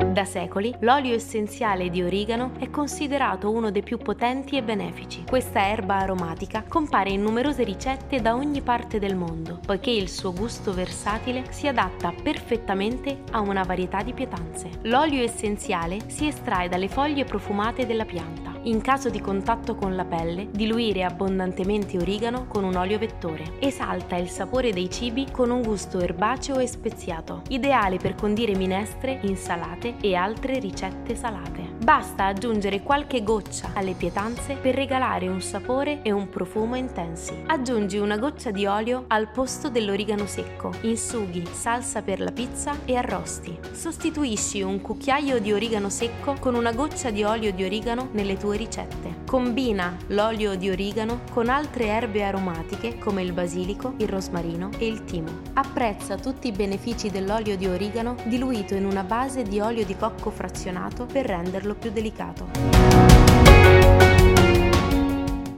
Da secoli, l'olio essenziale di origano è considerato uno dei più potenti e benefici. Questa erba aromatica compare in numerose ricette da ogni parte del mondo, poiché il suo gusto versatile si adatta perfettamente a una varietà di pietanze. L'olio essenziale si estrae dalle foglie profumate della pianta. In caso di contatto con la pelle, diluire abbondantemente origano con un olio vettore. Esalta il sapore dei cibi con un gusto erbaceo e speziato, ideale per condire minestre, insalate e altre ricette salate. Basta aggiungere qualche goccia alle pietanze per regalare un sapore e un profumo intensi. Aggiungi una goccia di olio al posto dell'origano secco, in sughi, salsa per la pizza e arrosti. Sostituisci un cucchiaio di origano secco con una goccia di olio di origano nelle tue ricette. Combina l'olio di origano con altre erbe aromatiche come il basilico, il rosmarino e il timo. Apprezza tutti i benefici dell'olio di origano diluito in una base di olio di cocco frazionato per renderlo più delicato.